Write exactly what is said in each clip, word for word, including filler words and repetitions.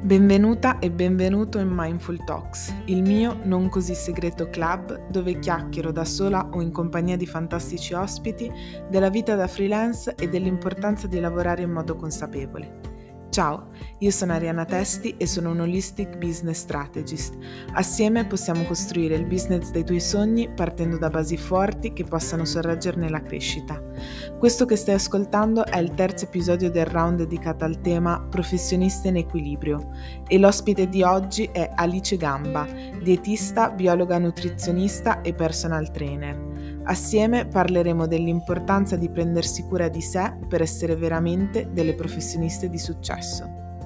Benvenuta e benvenuto in Mindful Talks, il mio non così segreto club dove chiacchiero da sola o in compagnia di fantastici ospiti della vita da freelance e dell'importanza di lavorare in modo consapevole. Ciao, io sono Arianna Testi e sono un Holistic Business Strategist. Assieme possiamo costruire il business dei tuoi sogni partendo da basi forti che possano sorreggerne la crescita. Questo che stai ascoltando è il terzo episodio del round dedicato al tema Professioniste in equilibrio e l'ospite di oggi è Alice Gamba, dietista, biologa nutrizionista e personal trainer. Assieme parleremo dell'importanza di prendersi cura di sé per essere veramente delle professioniste di successo.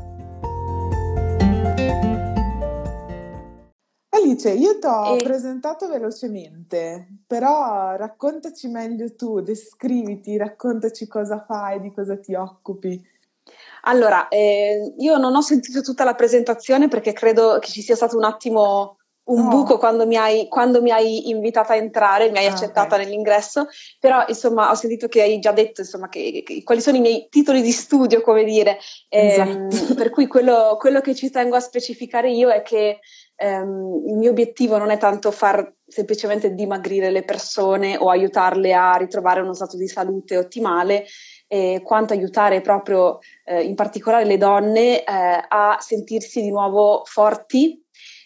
Alice, io ti ho E... presentato velocemente, però raccontaci meglio tu, descriviti, raccontaci cosa fai, di cosa ti occupi. Allora, eh, io non ho sentito tutta la presentazione perché credo che ci sia stato un attimo un Oh. buco quando mi hai, quando mi hai invitata a entrare, mi hai Ah, accettata ok. nell'ingresso, però insomma ho sentito che hai già detto insomma, che, che- quali sono i miei titoli di studio, come dire, Ehm, Esatto. per cui quello, quello che ci tengo a specificare io è che ehm, il mio obiettivo non è tanto far semplicemente dimagrire le persone o aiutarle a ritrovare uno stato di salute ottimale, eh, quanto aiutare proprio eh, in particolare le donne eh, a sentirsi di nuovo forti,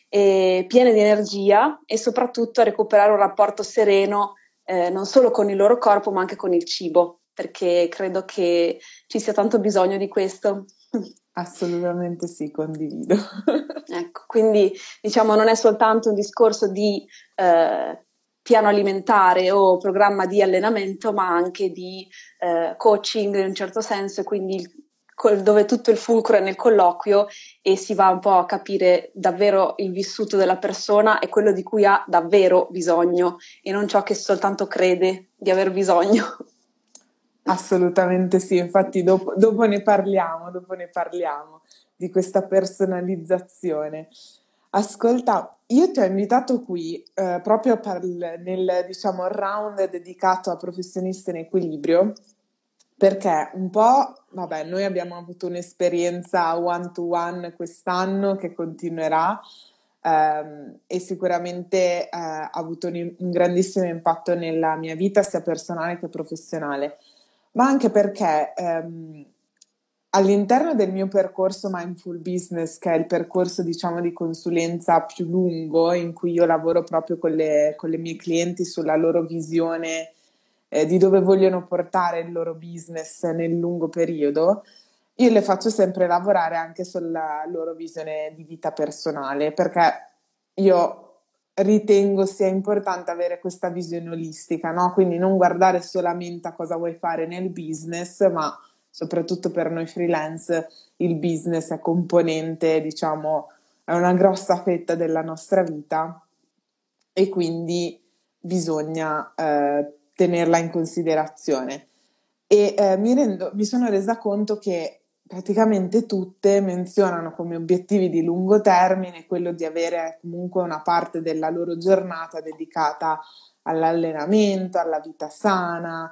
e piene di energia e soprattutto a recuperare un rapporto sereno eh, non solo con il loro corpo ma anche con il cibo, perché credo che ci sia tanto bisogno di questo. Assolutamente sì, condivido. Ecco, quindi diciamo non è soltanto un discorso di eh, piano alimentare o programma di allenamento, ma anche di eh, coaching in un certo senso, e quindi il, col- dove tutto il fulcro è nel colloquio e si va un po' a capire davvero il vissuto della persona e quello di cui ha davvero bisogno e non ciò che soltanto crede di aver bisogno. Assolutamente sì, infatti dopo, dopo ne parliamo, dopo ne parliamo di questa personalizzazione. Ascolta, io ti ho invitato qui eh, proprio per il- nel diciamo, round dedicato a professionisti in equilibrio, perché un po', vabbè, noi abbiamo avuto un'esperienza one to one quest'anno che continuerà ehm, e sicuramente eh, ha avuto un, un grandissimo impatto nella mia vita, sia personale che professionale, ma anche perché ehm, all'interno del mio percorso Mindful Business, che è il percorso diciamo di consulenza più lungo, in cui io lavoro proprio con le, con le mie clienti sulla loro visione eh, di dove vogliono portare il loro business nel lungo periodo, io le faccio sempre lavorare anche sulla loro visione di vita personale, perché io ritengo sia importante avere questa visione olistica, no? Quindi non guardare solamente a cosa vuoi fare nel business, ma soprattutto per noi freelance il business è componente, diciamo, è una grossa fetta della nostra vita e quindi bisogna eh, tenerla in considerazione. E eh, mi rendo, mi sono resa conto che praticamente tutte menzionano come obiettivi di lungo termine quello di avere comunque una parte della loro giornata dedicata all'allenamento, alla vita sana,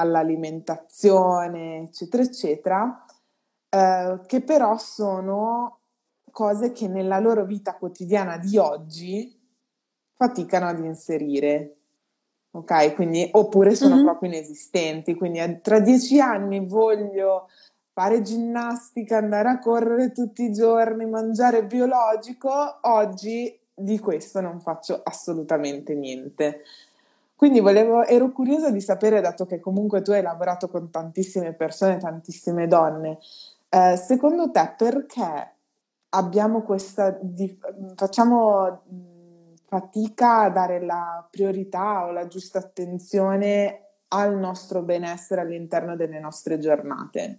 all'alimentazione, eccetera, eccetera, eh, che però sono cose che nella loro vita quotidiana di oggi faticano ad inserire. Ok, quindi oppure sono Mhm. proprio inesistenti, quindi a- tra dieci anni voglio fare ginnastica, andare a correre tutti i giorni, mangiare biologico, oggi di questo non faccio assolutamente niente. Quindi volevo, ero curiosa di sapere, dato che comunque tu hai lavorato con tantissime persone, tantissime donne, eh, secondo te perché abbiamo questa, di- facciamo mh, fatica a dare la priorità o la giusta attenzione al nostro benessere all'interno delle nostre giornate?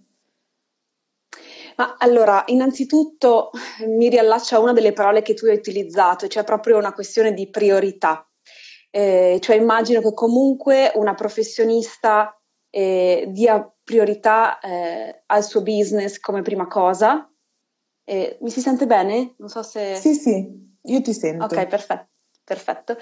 Ma allora, innanzitutto mi riallaccio a una delle parole che tu hai utilizzato, cioè proprio una questione di priorità. Eh, cioè immagino che comunque una professionista eh, dia priorità eh, al suo business come prima cosa. Eh, mi si sente bene? Non so se... Sì, sì, io ti Ok, sento. perfetto. Perfetto.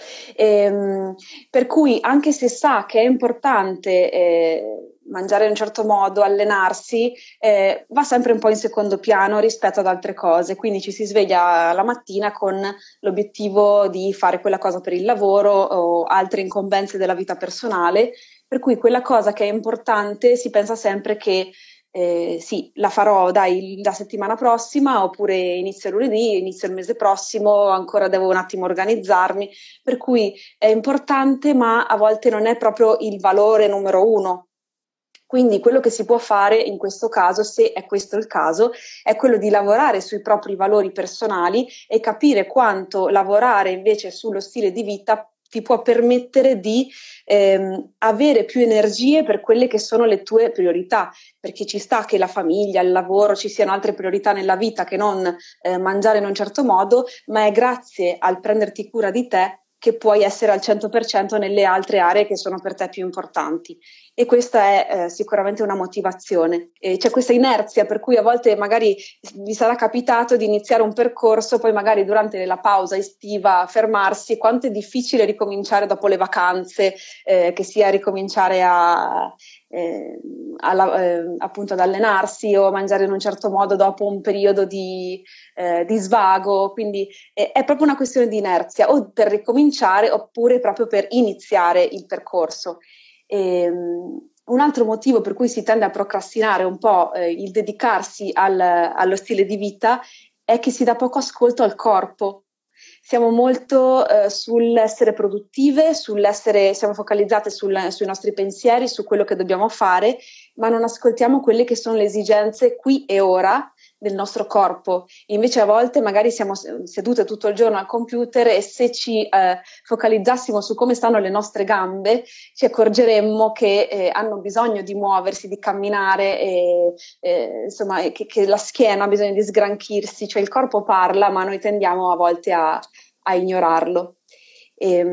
Ehm, per cui anche se sa che è importante eh, mangiare in un certo modo, allenarsi, eh, va sempre un po' in secondo piano rispetto ad altre cose. Quindi ci si sveglia la mattina con l'obiettivo di fare quella cosa per il lavoro o altre incombenze della vita personale, per cui quella cosa che è importante si pensa sempre che eh, sì, la farò dai, la settimana prossima oppure inizio lunedì, inizio il mese prossimo, ancora devo un attimo organizzarmi, per cui è importante ma a volte non è proprio il valore numero uno. Quindi quello che si può fare in questo caso, se è questo il caso, è quello di lavorare sui propri valori personali e capire quanto lavorare invece sullo stile di vita ti può permettere di ehm, avere più energie per quelle che sono le tue priorità, perché ci sta che la famiglia, il lavoro, ci siano altre priorità nella vita che non eh, mangiare in un certo modo, ma è grazie al prenderti cura di te che puoi essere al cento per cento nelle altre aree che sono per te più importanti. E questa è eh, sicuramente una motivazione. E c'è questa inerzia per cui a volte magari vi sarà capitato di iniziare un percorso, poi magari durante la pausa estiva fermarsi, quanto è difficile ricominciare dopo le vacanze, eh, che sia ricominciare a, eh, alla, eh, appunto ad allenarsi o a mangiare in un certo modo dopo un periodo di, eh, di svago. Quindi eh, è proprio una questione di inerzia, o per ricominciare oppure proprio per iniziare il percorso. E, um, un altro motivo per cui si tende a procrastinare un po' eh, il dedicarsi al, allo stile di vita è che si dà poco ascolto al corpo. Siamo molto eh, sull'essere produttive, sull'essere, siamo focalizzate sul, sui nostri pensieri, su quello che dobbiamo fare, ma non ascoltiamo quelle che sono le esigenze qui e ora del nostro corpo. Invece a volte magari siamo sedute tutto il giorno al computer e se ci eh, focalizzassimo su come stanno le nostre gambe, ci accorgeremmo che eh, hanno bisogno di muoversi, di camminare, e, eh, insomma, che, che la schiena ha bisogno di sgranchirsi, cioè il corpo parla, ma noi tendiamo a volte a, a ignorarlo. E,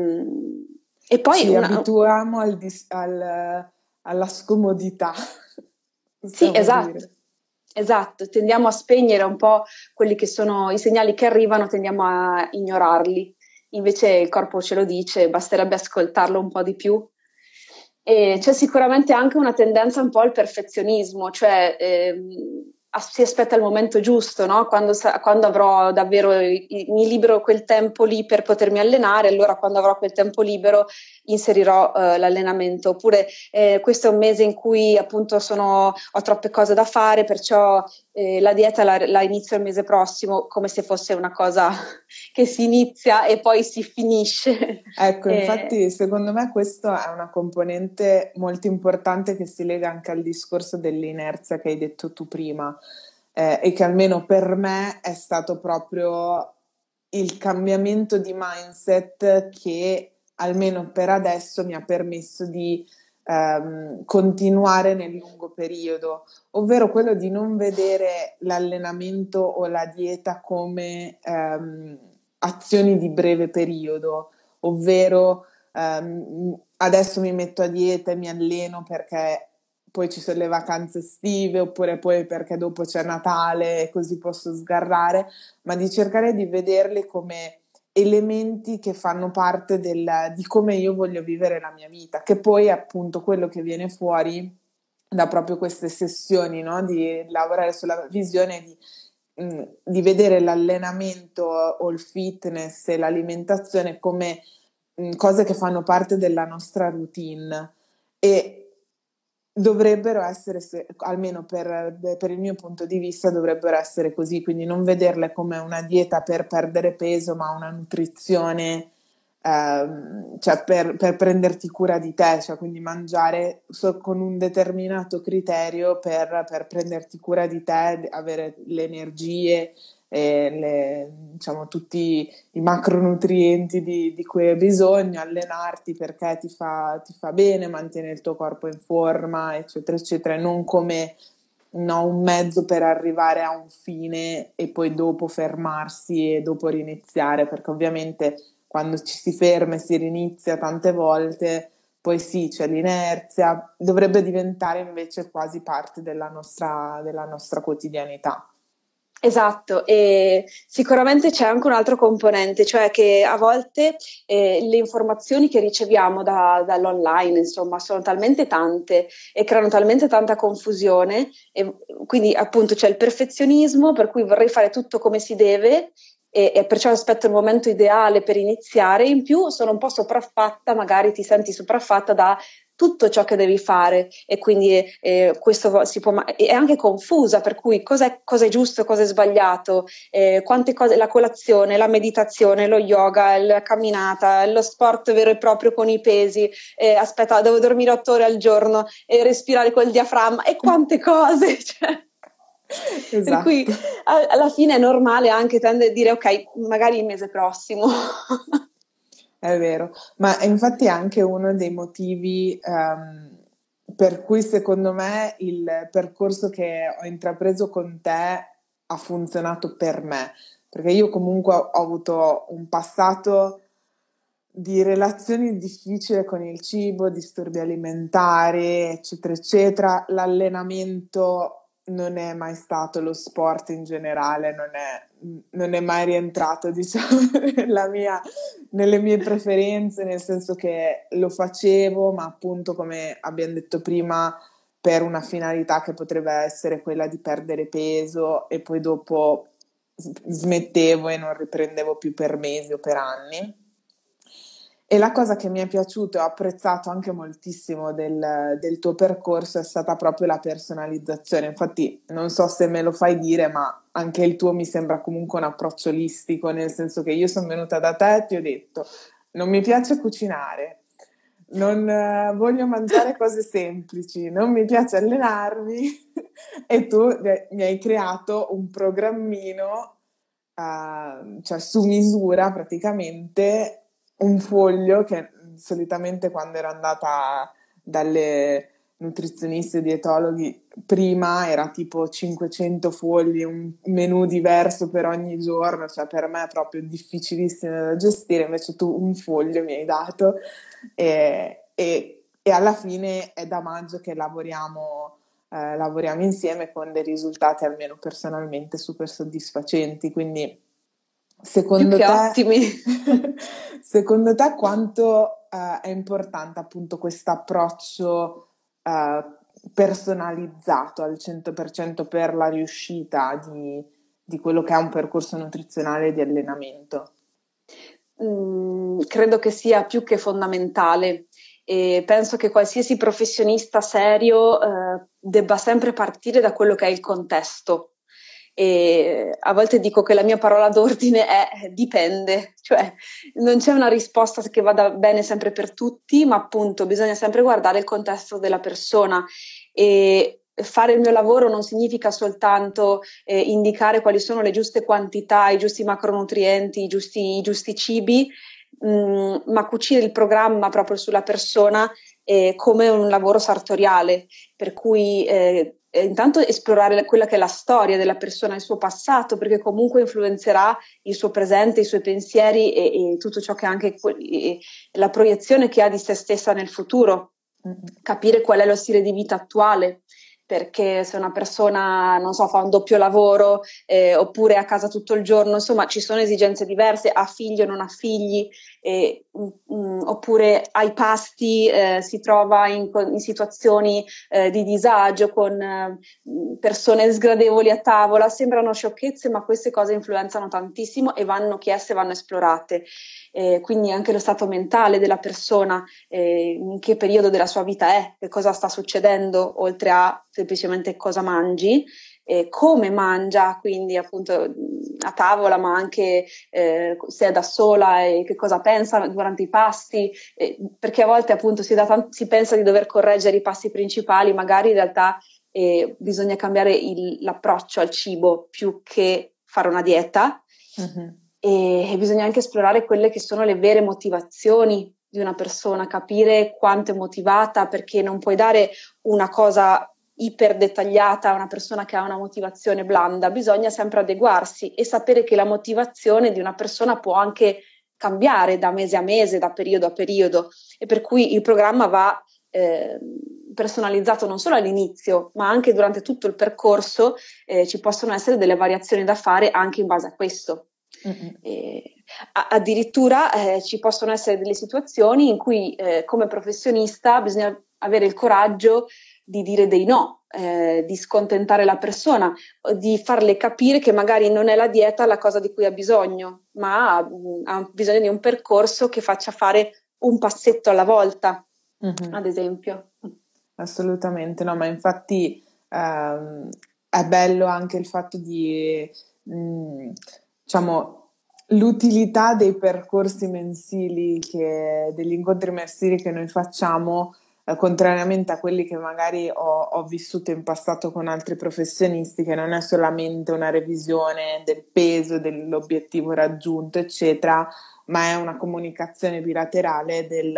e poi Ci una, abituiamo al dis- al- alla scomodità, sì, possiamo esatto, dire. esatto, tendiamo a spegnere un po' quelli che sono i segnali che arrivano, tendiamo a ignorarli. Invece il corpo ce lo dice, basterebbe ascoltarlo un po' di più. E c'è sicuramente anche una tendenza un po' al perfezionismo, cioè ehm, as- si aspetta il momento giusto, no? Quando, sa- quando avrò davvero, i- i- mi libero quel tempo lì per potermi allenare, allora quando avrò quel tempo libero inserirò eh, l'allenamento. Oppure eh, questo è un mese in cui appunto sono, ho troppe cose da fare, perciò eh, la dieta la, la inizio il mese prossimo, come se fosse una cosa che si inizia e poi si finisce. Ecco, Eh, infatti, secondo me questa è una componente molto importante che si lega anche al discorso dell'inerzia che hai detto tu prima, eh, e che almeno per me è stato proprio il cambiamento di mindset che almeno per adesso mi ha permesso di ehm, continuare nel lungo periodo, ovvero quello di non vedere l'allenamento o la dieta come ehm, azioni di breve periodo, ovvero ehm, adesso mi metto a dieta e mi alleno perché poi ci sono le vacanze estive, oppure poi perché dopo c'è Natale e così posso sgarrare, ma di cercare di vederli come elementi che fanno parte del, di come io voglio vivere la mia vita, che poi è appunto quello che viene fuori da proprio queste sessioni, no? Di lavorare sulla visione di mh, di vedere l'allenamento o il fitness e l'alimentazione come mh, cose che fanno parte della nostra routine e dovrebbero essere, se- almeno per, per il mio punto di vista, dovrebbero essere così, quindi non vederle come una dieta per perdere peso, ma una nutrizione, ehm, cioè per, per prenderti cura di te, cioè quindi mangiare so- con un determinato criterio per, per prenderti cura di te, avere le energie, e le- diciamo, tutti i macronutrienti di, di cui hai bisogno, allenarti perché ti fa, ti fa bene, mantiene il tuo corpo in forma, eccetera, eccetera, e non come no, un mezzo per arrivare a un fine e poi dopo fermarsi e dopo riniziare, perché ovviamente quando ci si ferma e si rinizia tante volte, poi sì, c'è l'inerzia, dovrebbe diventare invece quasi parte della nostra, della nostra quotidianità. Esatto, e sicuramente c'è anche un altro componente, cioè che a volte eh, le informazioni che riceviamo da- dall'online, insomma, sono talmente tante e creano talmente tanta confusione, e quindi appunto c'è il perfezionismo per cui vorrei fare tutto come si deve e, e perciò aspetto il momento ideale per iniziare. In più sono un po' sopraffatta, magari ti senti sopraffatta da tutto ciò che devi fare e quindi eh, questo si può, è anche confusa, per cui cosa è, cosa è giusto, cosa è sbagliato, eh, quante cose, la colazione, la meditazione, lo yoga, la camminata, lo sport vero e proprio con i pesi, eh, aspetta, devo dormire otto ore al giorno e respirare col diaframma e quante cose, cioè. Per cui Esatto. a- alla fine è normale anche tendere a dire ok, magari il mese prossimo. È vero, ma infatti è anche uno dei motivi ehm, per cui secondo me il percorso che ho intrapreso con te ha funzionato per me, perché io comunque ho avuto un passato di relazioni difficili con il cibo, disturbi alimentari, eccetera, eccetera. L'allenamento non è mai stato, lo sport in generale non è, non è mai rientrato, diciamo, nella mia, nelle mie preferenze, nel senso che lo facevo, ma appunto, come abbiamo detto prima, per una finalità che potrebbe essere quella di perdere peso e poi dopo smettevo e non riprendevo più per mesi o per anni. E la cosa che mi è piaciuto e ho apprezzato anche moltissimo del, del tuo percorso è stata proprio la personalizzazione. Infatti, non so se me lo fai dire, ma anche il tuo mi sembra comunque un approccio olistico, nel senso che io sono venuta da te e ti ho detto: non mi piace cucinare, non eh, voglio mangiare cose semplici, non mi piace allenarmi e tu eh, mi hai creato un programmino, eh, cioè su misura praticamente, un foglio che solitamente quando ero andata dalle nutrizioniste e dietologhi prima era tipo cinquecento fogli, un menù diverso per ogni giorno, cioè per me è proprio difficilissimo da gestire, invece tu un foglio mi hai dato e, e, e alla fine è da maggio che lavoriamo, eh, lavoriamo insieme con dei risultati almeno personalmente super soddisfacenti, quindi Più secondo che te, ottimi. secondo te quanto eh, è importante appunto questo approccio eh, personalizzato al cento per cento per la riuscita di, di quello che è un percorso nutrizionale di allenamento? Mm, credo che sia più che fondamentale e penso che qualsiasi professionista serio eh, debba sempre partire da quello che è il contesto. E a volte dico che la mia parola d'ordine è dipende, cioè non c'è una risposta che vada bene sempre per tutti, ma appunto bisogna sempre guardare il contesto della persona e fare il mio lavoro non significa soltanto eh, indicare quali sono le giuste quantità, i giusti macronutrienti, i giusti, i giusti cibi, mh, ma cucire il programma proprio sulla persona eh, come un lavoro sartoriale, per cui eh, eh, intanto esplorare quella che è la storia della persona, il suo passato, perché comunque influenzerà il suo presente, i suoi pensieri e, e tutto ciò che è anche que- la proiezione che ha di se stessa nel futuro, capire qual è lo stile di vita attuale, perché se una persona, non so, fa un doppio lavoro eh, oppure è a casa tutto il giorno, insomma, ci sono esigenze diverse, ha figli o non ha figli, eh, mh, mh, oppure ai pasti eh, si trova in, in situazioni eh, di disagio con eh, persone sgradevoli a tavola, sembrano sciocchezze, ma queste cose influenzano tantissimo e vanno chieste, vanno esplorate. Eh, quindi anche lo stato mentale della persona, eh, in che periodo della sua vita è, che cosa sta succedendo, oltre a semplicemente cosa mangi, eh, come mangia, quindi appunto a tavola, ma anche eh, se è da sola e che cosa pensa durante i pasti, eh, perché a volte appunto si, t- si pensa di dover correggere i passi principali, magari in realtà eh, bisogna cambiare il, l'approccio al cibo più che fare una dieta. Mm-hmm. E, e bisogna anche esplorare quelle che sono le vere motivazioni di una persona, capire quanto è motivata, perché non puoi dare una cosa iper dettagliata a una persona che ha una motivazione blanda, bisogna sempre adeguarsi e sapere che la motivazione di una persona può anche cambiare da mese a mese, da periodo a periodo, e per cui il programma va eh, personalizzato non solo all'inizio, ma anche durante tutto il percorso, eh, ci possono essere delle variazioni da fare anche in base a questo. Eh, a- addirittura eh, ci possono essere delle situazioni in cui eh, come professionista bisogna avere il coraggio di dire dei no, eh, di scontentare la persona, di farle capire che magari non è la dieta la cosa di cui ha bisogno, ma ha, ha bisogno di un percorso che faccia fare un passetto alla volta, Mm-hmm. ad esempio. Assolutamente, no, ma infatti ehm, è bello anche il fatto di, mh, diciamo, l'utilità dei percorsi mensili, che, degli incontri mensili che noi facciamo, eh, contrariamente a quelli che magari ho, ho vissuto in passato con altri professionisti, che non è solamente una revisione del peso, dell'obiettivo raggiunto, eccetera, ma è una comunicazione bilaterale del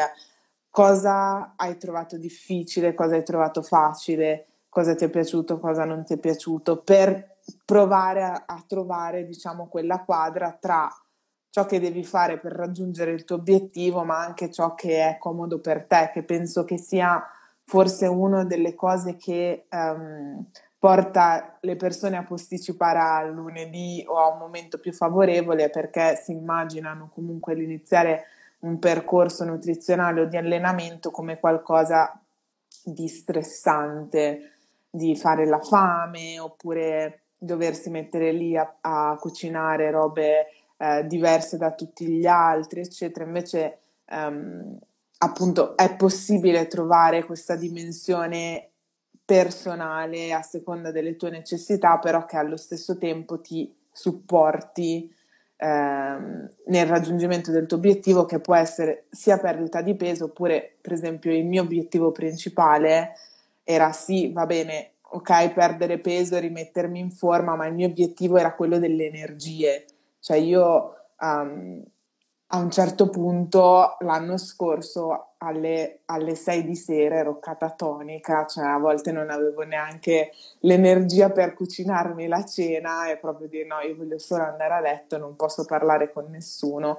cosa hai trovato difficile, cosa hai trovato facile, cosa ti è piaciuto, cosa non ti è piaciuto, per provare a, a trovare, diciamo, quella quadra tra ciò che devi fare per raggiungere il tuo obiettivo, ma anche ciò che è comodo per te, che penso che sia forse una delle cose che um, porta le persone a posticipare a lunedì o a un momento più favorevole, perché si immaginano comunque l'iniziare un percorso nutrizionale o di allenamento come qualcosa di stressante, di fare la fame oppure doversi mettere lì a, a cucinare robe eh, diverse da tutti gli altri, eccetera. Invece ehm, appunto è possibile trovare questa dimensione personale a seconda delle tue necessità, però che allo stesso tempo ti supporti ehm, nel raggiungimento del tuo obiettivo, che può essere sia perdita di peso, oppure per esempio il mio obiettivo principale era sì, va bene, ok, perdere peso e rimettermi in forma, ma il mio obiettivo era quello delle energie. Cioè io um, a un certo punto l'anno scorso alle, alle sei di sera ero catatonica, cioè a volte non avevo neanche l'energia per cucinarmi la cena e proprio dire no, io voglio solo andare a letto, non posso parlare con nessuno.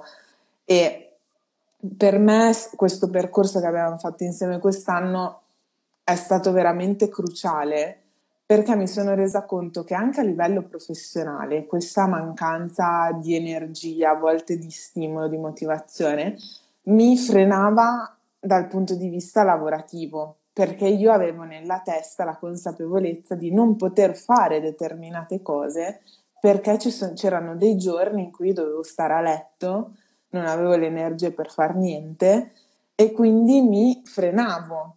E per me questo percorso che abbiamo fatto insieme quest'anno è stato veramente cruciale, perché mi sono resa conto che anche a livello professionale questa mancanza di energia, a volte di stimolo, di motivazione, mi frenava dal punto di vista lavorativo, perché io avevo nella testa la consapevolezza di non poter fare determinate cose perché ci son- c'erano dei giorni in cui dovevo stare a letto, non avevo le energie per far niente e quindi mi frenavo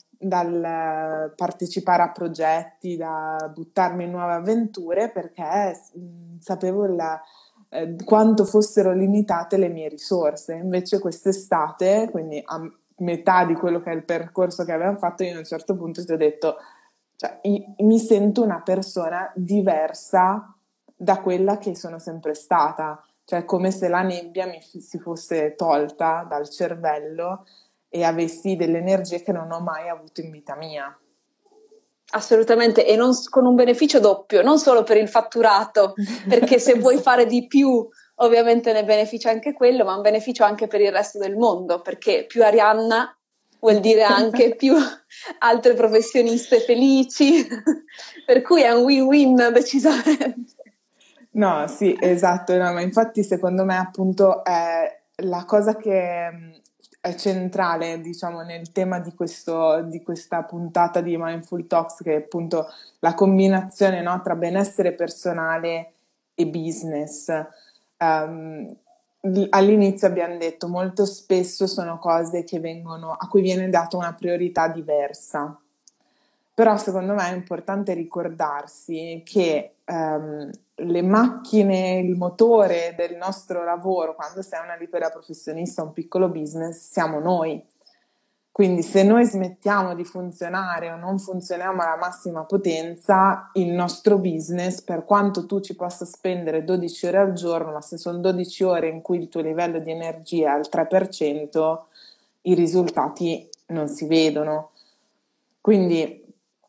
dal partecipare a progetti, da buttarmi in nuove avventure perché mh, sapevo la, eh, quanto fossero limitate le mie risorse. Invece quest'estate, quindi a metà di quello che è il percorso che abbiamo fatto, io a un certo punto ti ho detto, cioè, i- mi sento una persona diversa da quella che sono sempre stata, cioè come se la nebbia mi f- si fosse tolta dal cervello e avessi delle energie che non ho mai avuto in vita mia. Assolutamente, e non, con un beneficio doppio, non solo per il fatturato, perché se vuoi fare di più, ovviamente ne beneficia anche quello, ma un beneficio anche per il resto del mondo, perché più Arianna vuol dire anche più altre professioniste felici, per cui è un win-win decisamente. No, sì, esatto, no, ma infatti secondo me appunto è la cosa che mh, è centrale, diciamo, nel tema di questo, di questa puntata di Mindful Talks, che è appunto la combinazione, no, tra benessere personale e business. Um, l- all'inizio abbiamo detto molto spesso sono cose che vengono, a cui viene data una priorità diversa. Però secondo me è importante ricordarsi che ehm, le macchine, il motore del nostro lavoro, quando sei una libera professionista, un piccolo business, siamo noi. Quindi se noi smettiamo di funzionare o non funzioniamo alla massima potenza, il nostro business, per quanto tu ci possa spendere dodici ore al giorno, ma se sono dodici ore in cui il tuo livello di energia è al tre per cento, i risultati non si vedono. Quindi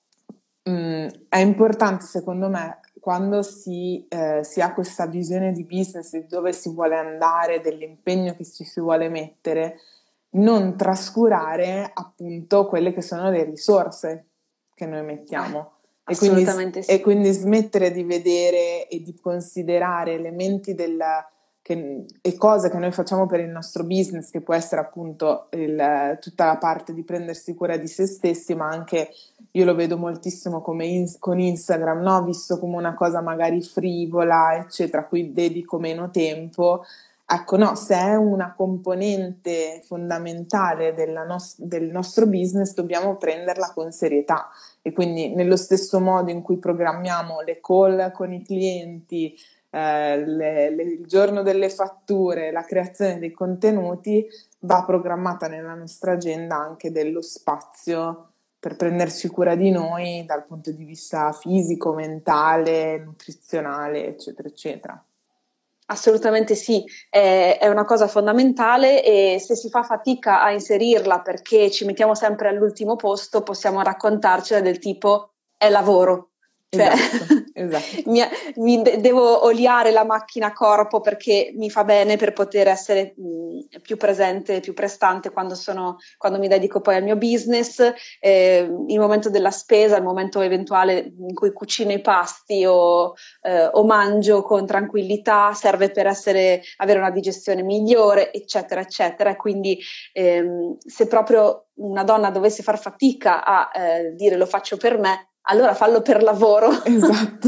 mh, è importante, secondo me, quando si, eh, si ha questa visione di business, di dove si vuole andare, dell'impegno che ci si vuole mettere, non trascurare appunto quelle che sono le risorse, che noi mettiamo. Eh, e, quindi, assolutamente sì. e quindi smettere di vedere e di considerare elementi della, che, e cose che noi facciamo per il nostro business, che può essere appunto il, tutta la parte di prendersi cura di se stessi, ma anche io lo vedo moltissimo come in, con Instagram, no? Visto come una cosa magari frivola, eccetera, a cui dedico meno tempo. Ecco, no, se è una componente fondamentale della nos- del nostro business, dobbiamo prenderla con serietà. E quindi nello stesso modo in cui programmiamo le call con i clienti, eh, le, le, il giorno delle fatture, la creazione dei contenuti, va programmata nella nostra agenda anche dello spazio per prenderci cura di noi dal punto di vista fisico, mentale, nutrizionale, eccetera, eccetera. Assolutamente sì, è, è una cosa fondamentale e se si fa fatica a inserirla perché ci mettiamo sempre all'ultimo posto, possiamo raccontarcela del tipo è lavoro. Cioè, Esatto, esatto. mi, mi de- devo oliare la macchina corpo perché mi fa bene per poter essere mh, più presente, più prestante quando sono, quando mi dedico poi al mio business. Eh, il momento della spesa, il momento eventuale in cui cucino i pasti o, eh, o mangio con tranquillità, serve per essere, avere una digestione migliore, eccetera, eccetera. Quindi ehm, se proprio una donna dovesse far fatica a eh, dire lo faccio per me, allora fallo per lavoro. Esatto,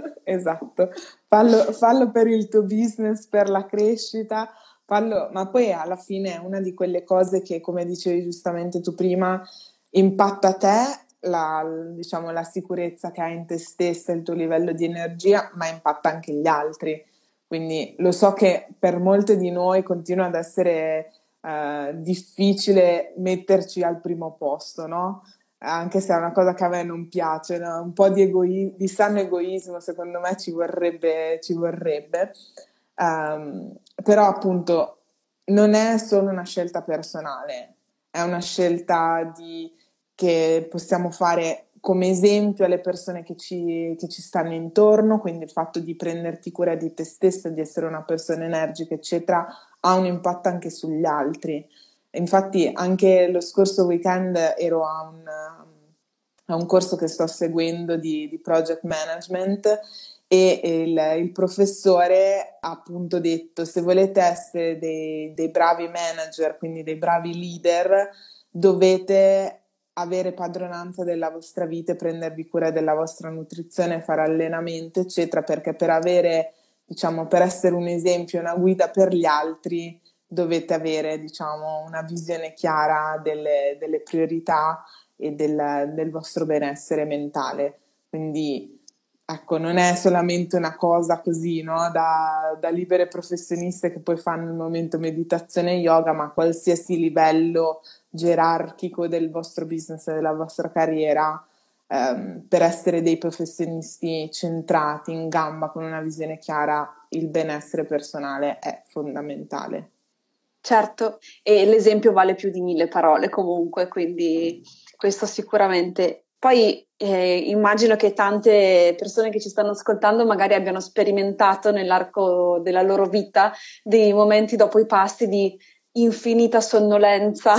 esatto. Fallo, fallo per il tuo business, per la crescita, fallo, ma poi alla fine è una di quelle cose che, come dicevi giustamente tu prima, impatta te, la, diciamo, la sicurezza che hai in te stessa, il tuo livello di energia, ma impatta anche gli altri. Quindi lo so che per molte di noi continua ad essere eh, difficile metterci al primo posto, no? Anche se è una cosa che a me non piace, no? Un po' di, egoi- di sano egoismo secondo me ci vorrebbe, ci vorrebbe. Um, però appunto non è solo una scelta personale, è una scelta di, che possiamo fare come esempio alle persone che ci, che ci stanno intorno, quindi il fatto di prenderti cura di te stessa, di essere una persona energica, eccetera, ha un impatto anche sugli altri. Infatti anche lo scorso weekend ero a un, a un corso che sto seguendo di, di project management e il, il professore ha appunto detto se volete essere dei, dei bravi manager, quindi dei bravi leader, dovete avere padronanza della vostra vita e prendervi cura della vostra nutrizione, fare allenamento, eccetera, perché per avere, diciamo, per essere un esempio, una guida per gli altri, dovete avere, diciamo, una visione chiara delle, delle priorità e del, del vostro benessere mentale. Quindi, ecco, non è solamente una cosa così, no? Da, da libere professioniste che poi fanno il momento meditazione e yoga, ma a qualsiasi livello gerarchico del vostro business e della vostra carriera, ehm, per essere dei professionisti centrati, in gamba, con una visione chiara, il benessere personale è fondamentale. Certo, e l'esempio vale più di mille parole comunque, quindi questo sicuramente. Poi eh, immagino che tante persone che ci stanno ascoltando magari abbiano sperimentato nell'arco della loro vita dei momenti dopo i pasti di infinita sonnolenza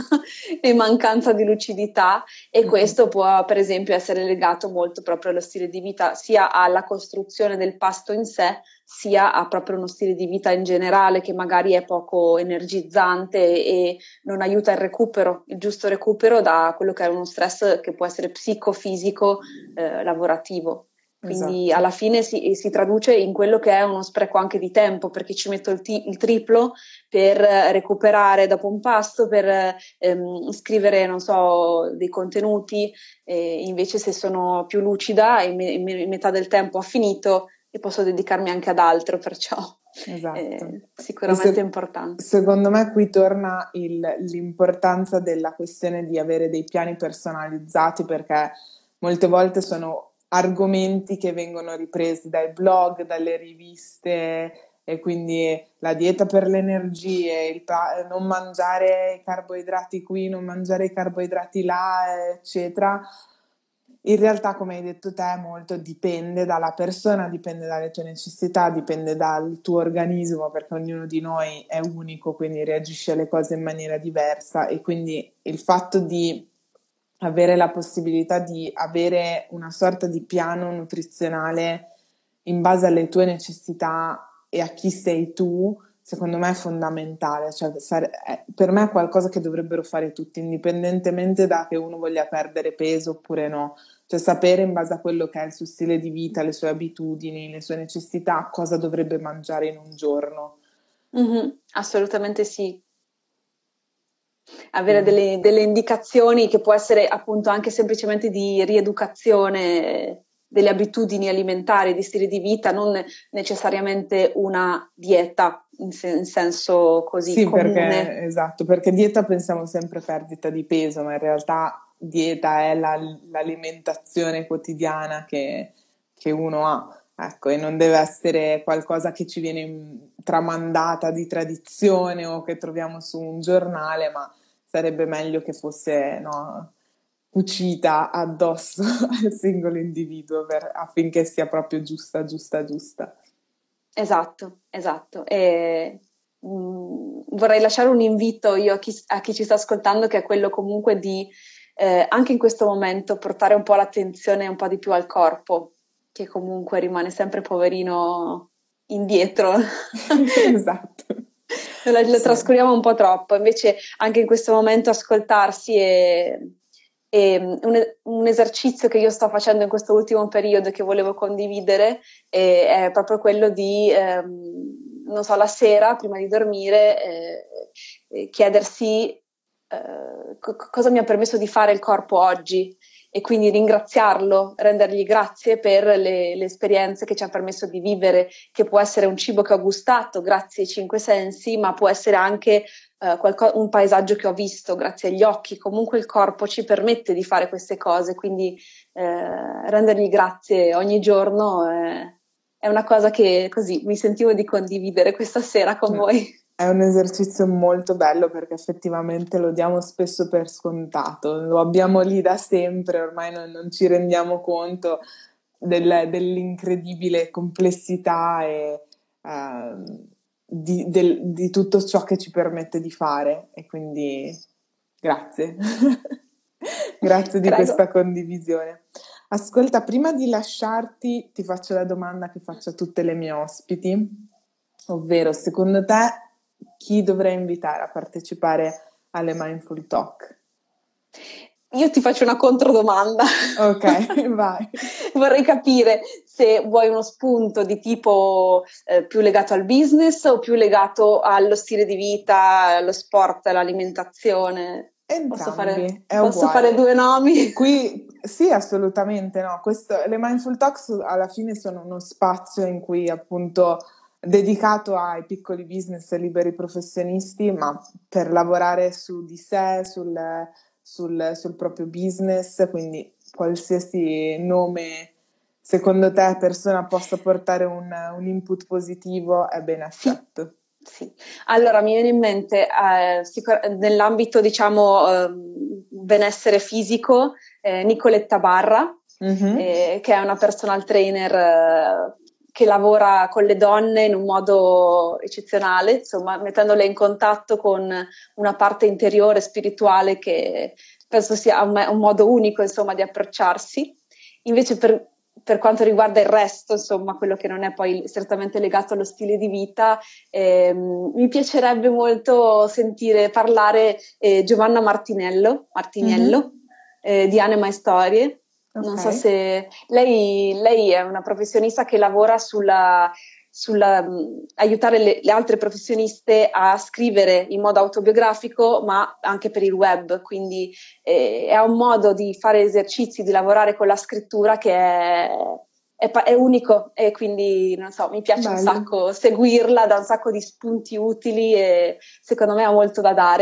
e mancanza di lucidità e Mm-mm. questo può per esempio essere legato molto proprio allo stile di vita, sia alla costruzione del pasto in sé, sia a proprio uno stile di vita in generale che magari è poco energizzante e non aiuta il recupero, il giusto recupero da quello che è uno stress che può essere psicofisico, eh, lavorativo. Quindi Esatto. alla fine si, si traduce in quello che è uno spreco anche di tempo, perché ci metto il, t- il triplo per recuperare dopo un pasto, per ehm, scrivere, non so, dei contenuti, e invece se sono più lucida e me- me- metà del tempo ha finito e posso dedicarmi anche ad altro, perciò Esatto. è E sicuramente se- importante. secondo me qui torna il- l'importanza della questione di avere dei piani personalizzati perché molte volte sono argomenti che vengono ripresi dai blog, dalle riviste e quindi la dieta per le energie, il pa- non mangiare i carboidrati qui, non mangiare i carboidrati là, eccetera. In realtà, come hai detto te, molto dipende dalla persona, dipende dalle tue necessità, dipende dal tuo organismo, perché ognuno di noi è unico, quindi reagisce alle cose in maniera diversa e quindi il fatto di avere la possibilità di avere una sorta di piano nutrizionale in base alle tue necessità e a chi sei tu, secondo me è fondamentale. Cioè, sare- è- per me è qualcosa che dovrebbero fare tutti, indipendentemente da che uno voglia perdere peso oppure no. Cioè sapere in base a quello che è il suo stile di vita, le sue abitudini, le sue necessità, cosa dovrebbe mangiare in un giorno. Mhm, assolutamente sì. Avere Quindi, delle, delle indicazioni che può essere appunto anche semplicemente di rieducazione delle abitudini alimentari, di stile di vita, non necessariamente una dieta in, se- in senso così sì, comune. perché esatto, perché dieta pensiamo sempre perdita di peso, ma in realtà dieta è la- l'alimentazione quotidiana che, che uno ha. Ecco, e non deve essere qualcosa che ci viene mm, tramandata di tradizione o che troviamo su un giornale, ma sarebbe meglio che fosse, no, cucita addosso al singolo individuo per- affinché sia proprio giusta, giusta, giusta. Esatto, esatto. E, mh, vorrei lasciare un invito io a chi, a chi ci sta ascoltando, che è quello comunque di, eh, anche in questo momento, portare un po' l'attenzione un po' di più al corpo, che comunque rimane sempre poverino indietro. Esatto. Lo, lo Sì. trascuriamo un po' troppo, invece anche in questo momento ascoltarsi e, e un, un esercizio che io sto facendo in questo ultimo periodo e che volevo condividere e è proprio quello di, ehm, non so, la sera prima di dormire, eh, eh, chiedersi eh, co- cosa mi ha permesso di fare il corpo oggi e quindi ringraziarlo, rendergli grazie per le, le esperienze che ci ha permesso di vivere, che può essere un cibo che ho gustato grazie ai cinque sensi, ma può essere anche eh, qualco- un paesaggio che ho visto grazie agli occhi. Comunque il corpo ci permette di fare queste cose, quindi eh, rendergli grazie ogni giorno eh, è una cosa che così mi sentivo di condividere questa sera con voi. È un esercizio molto bello perché effettivamente lo diamo spesso per scontato, lo abbiamo lì da sempre, ormai non, non ci rendiamo conto del- dell'incredibile complessità e ehm, di, del- di tutto ciò che ci permette di fare e quindi grazie, grazie di Prego. questa condivisione. Ascolta, prima di lasciarti ti faccio la domanda che faccio a tutte le mie ospiti, ovvero secondo te chi dovrei invitare a partecipare alle Mindful Talk? Io ti faccio una controdomanda. Ok, vai. Vorrei capire se vuoi uno spunto di tipo eh, più legato al business o più legato allo stile di vita, allo sport, all'alimentazione. Posso fare, Entrambi, è posso fare uguale. due nomi? Qui sì, assolutamente no. Questo- le Mindful Talks alla fine sono uno spazio in cui appunto dedicato ai piccoli business e liberi professionisti, ma per lavorare su di sé, sul, sul- sul proprio business, quindi qualsiasi nome secondo te persona possa portare un, un input positivo è ben Sì, accetto. sì. Allora mi viene in mente eh, sicur- nell'ambito, diciamo, ehm, benessere fisico, eh, Nicoletta Barra, Mhm. eh, che è una personal trainer eh, che lavora con le donne in un modo eccezionale, insomma, mettendole in contatto con una parte interiore spirituale che penso sia un, un modo unico, insomma, di approcciarsi. Invece per, per quanto riguarda il resto, insomma, quello che non è poi strettamente legato allo stile di vita, ehm, mi piacerebbe molto sentire parlare eh, Giovanna Martinello, Martiniello, Mhm. eh, di Anima e Storie. Ok. Non so se lei, lei è una professionista che lavora sulla, sulla mh, aiutare le, le altre professioniste a scrivere in modo autobiografico, ma anche per il web. Quindi eh, è un modo di fare esercizi, di lavorare con la scrittura che è, è, pa- è unico e quindi non so, mi piace un Bello. sacco seguirla, dà un sacco di spunti utili e secondo me ha molto da dare.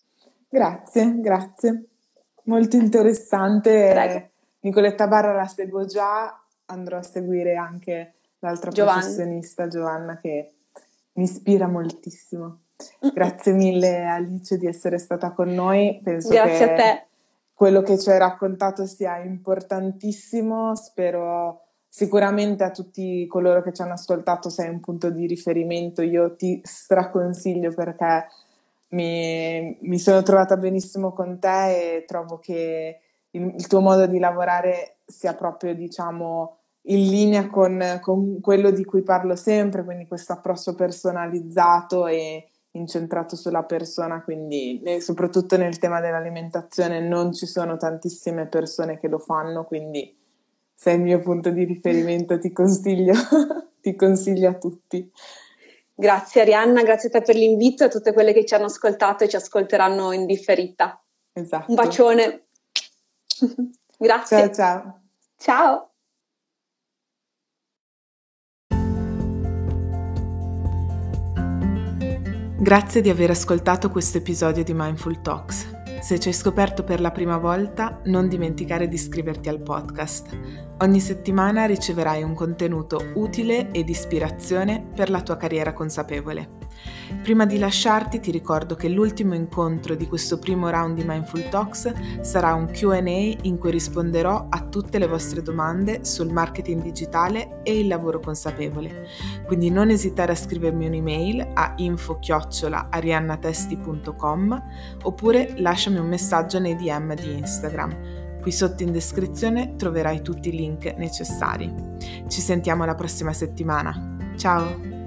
Grazie, grazie. Molto Ecco, prego. interessante. Nicoletta Barra la seguo già, andrò a seguire anche l'altra Giovanni. professionista Giovanna che mi ispira moltissimo. Grazie mille Alice di essere stata con noi. Penso Grazie a che te. quello che ci hai raccontato sia importantissimo. Spero sicuramente a tutti coloro che ci hanno ascoltato sei un punto di riferimento. Io ti straconsiglio perché mi, mi sono trovata benissimo con te e trovo che il, il tuo modo di lavorare sia proprio, diciamo, in linea con, con quello di cui parlo sempre, quindi questo approccio personalizzato e incentrato sulla persona, quindi eh, soprattutto nel tema dell'alimentazione non ci sono tantissime persone che lo fanno, quindi sei il mio punto di riferimento, ti consiglio, ti consiglio a tutti. Grazie Arianna, grazie a te per l'invito e a tutte quelle che ci hanno ascoltato e ci ascolteranno in differita. Esatto. Un bacione. Grazie. Ciao ciao. Ciao. Grazie di aver ascoltato questo episodio di Mindful Talks. Se ci hai scoperto per la prima volta, non dimenticare di iscriverti al podcast. Ogni settimana riceverai un contenuto utile e di ispirazione per la tua carriera consapevole. Prima di lasciarti ti ricordo che l'ultimo incontro di questo primo round di Mindful Talks sarà un Q and A in cui risponderò a tutte le vostre domande sul marketing digitale e il lavoro consapevole. Quindi non esitare a scrivermi un'email a info chiocciola ariannatesti punto com oppure lasciami un messaggio nei D M di Instagram. Qui sotto in descrizione troverai tutti i link necessari. Ci sentiamo la prossima settimana. Ciao!